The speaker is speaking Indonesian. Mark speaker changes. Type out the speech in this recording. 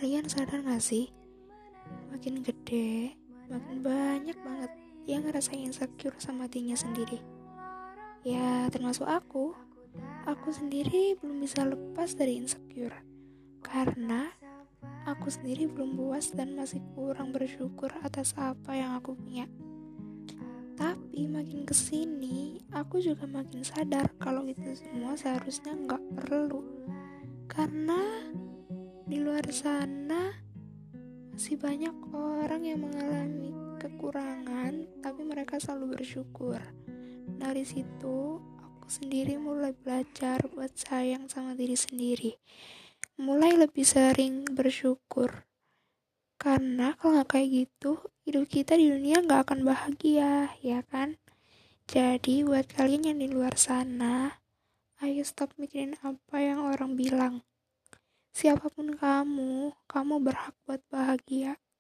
Speaker 1: Kalian sadar gak sih? Makin gede, makin banyak banget yang ngerasain insecure sama dirinya sendiri. Ya, termasuk aku. Aku sendiri belum bisa lepas dari insecure. Karena aku sendiri belum puas dan masih kurang bersyukur atas apa yang aku punya. Tapi makin kesini, aku juga makin sadar kalau itu semua seharusnya gak perlu. Karena di luar sana masih banyak orang yang mengalami kekurangan, tapi mereka selalu bersyukur. Dari situ, aku sendiri mulai belajar buat sayang sama diri sendiri. Mulai lebih sering bersyukur. Karena kalau gak kayak gitu, hidup kita di dunia gak akan bahagia, ya kan? Jadi buat kalian yang di luar sana, ayo stop mikirin apa yang orang bilang. Siapapun kamu berhak buat bahagia.